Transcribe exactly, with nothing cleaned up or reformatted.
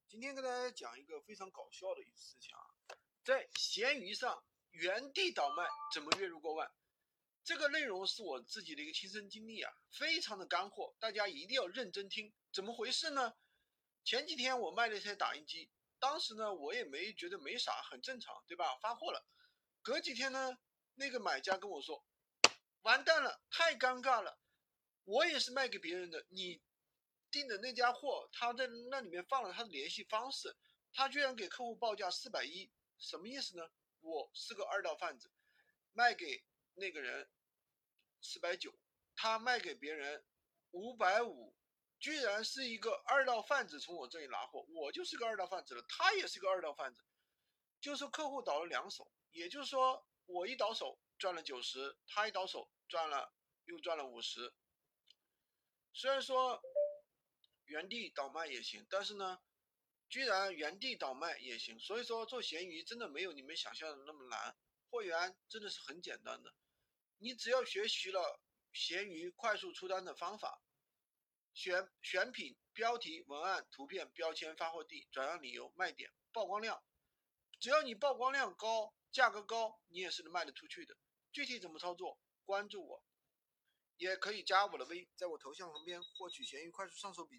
今天跟大家讲一个非常搞笑的一个事情啊，在闲鱼上原地倒卖怎么月入过万？这个内容是我自己的一个亲身经历啊，非常的干货，大家一定要认真听。怎么回事呢？前几天我卖了一台打印机，当时呢我也没觉得没啥，很正常，对吧？发货了。隔几天呢，那个买家跟我说，完蛋了，太尴尬了，我也是卖给别人的，你订的那家货，他在那里面放了他的联系方式，他居然给客户报价四百一，什么意思呢？我是个二道贩子，卖给那个人四百九，他卖给别人五百五，居然是一个二道贩子从我这里拿货，我就是个二道贩子了，他也是个二道贩子，就是客户倒了两手，也就是说我一倒手赚了九十，他一倒手赚了又赚了五十。虽然说原地倒卖也行，但是呢，居然原地倒卖也行，所以说做闲鱼真的没有你们想象的那么难，货源真的是很简单的，你只要学习了闲鱼快速出单的方法，选选品、标题、文案、图片、标签、发货地、转让理由、卖点、曝光量，只要你曝光量高，价格高，你也是能卖得出去的。具体怎么操作，关注我，也可以加我的微，在我头像旁边获取闲鱼快速上手笔。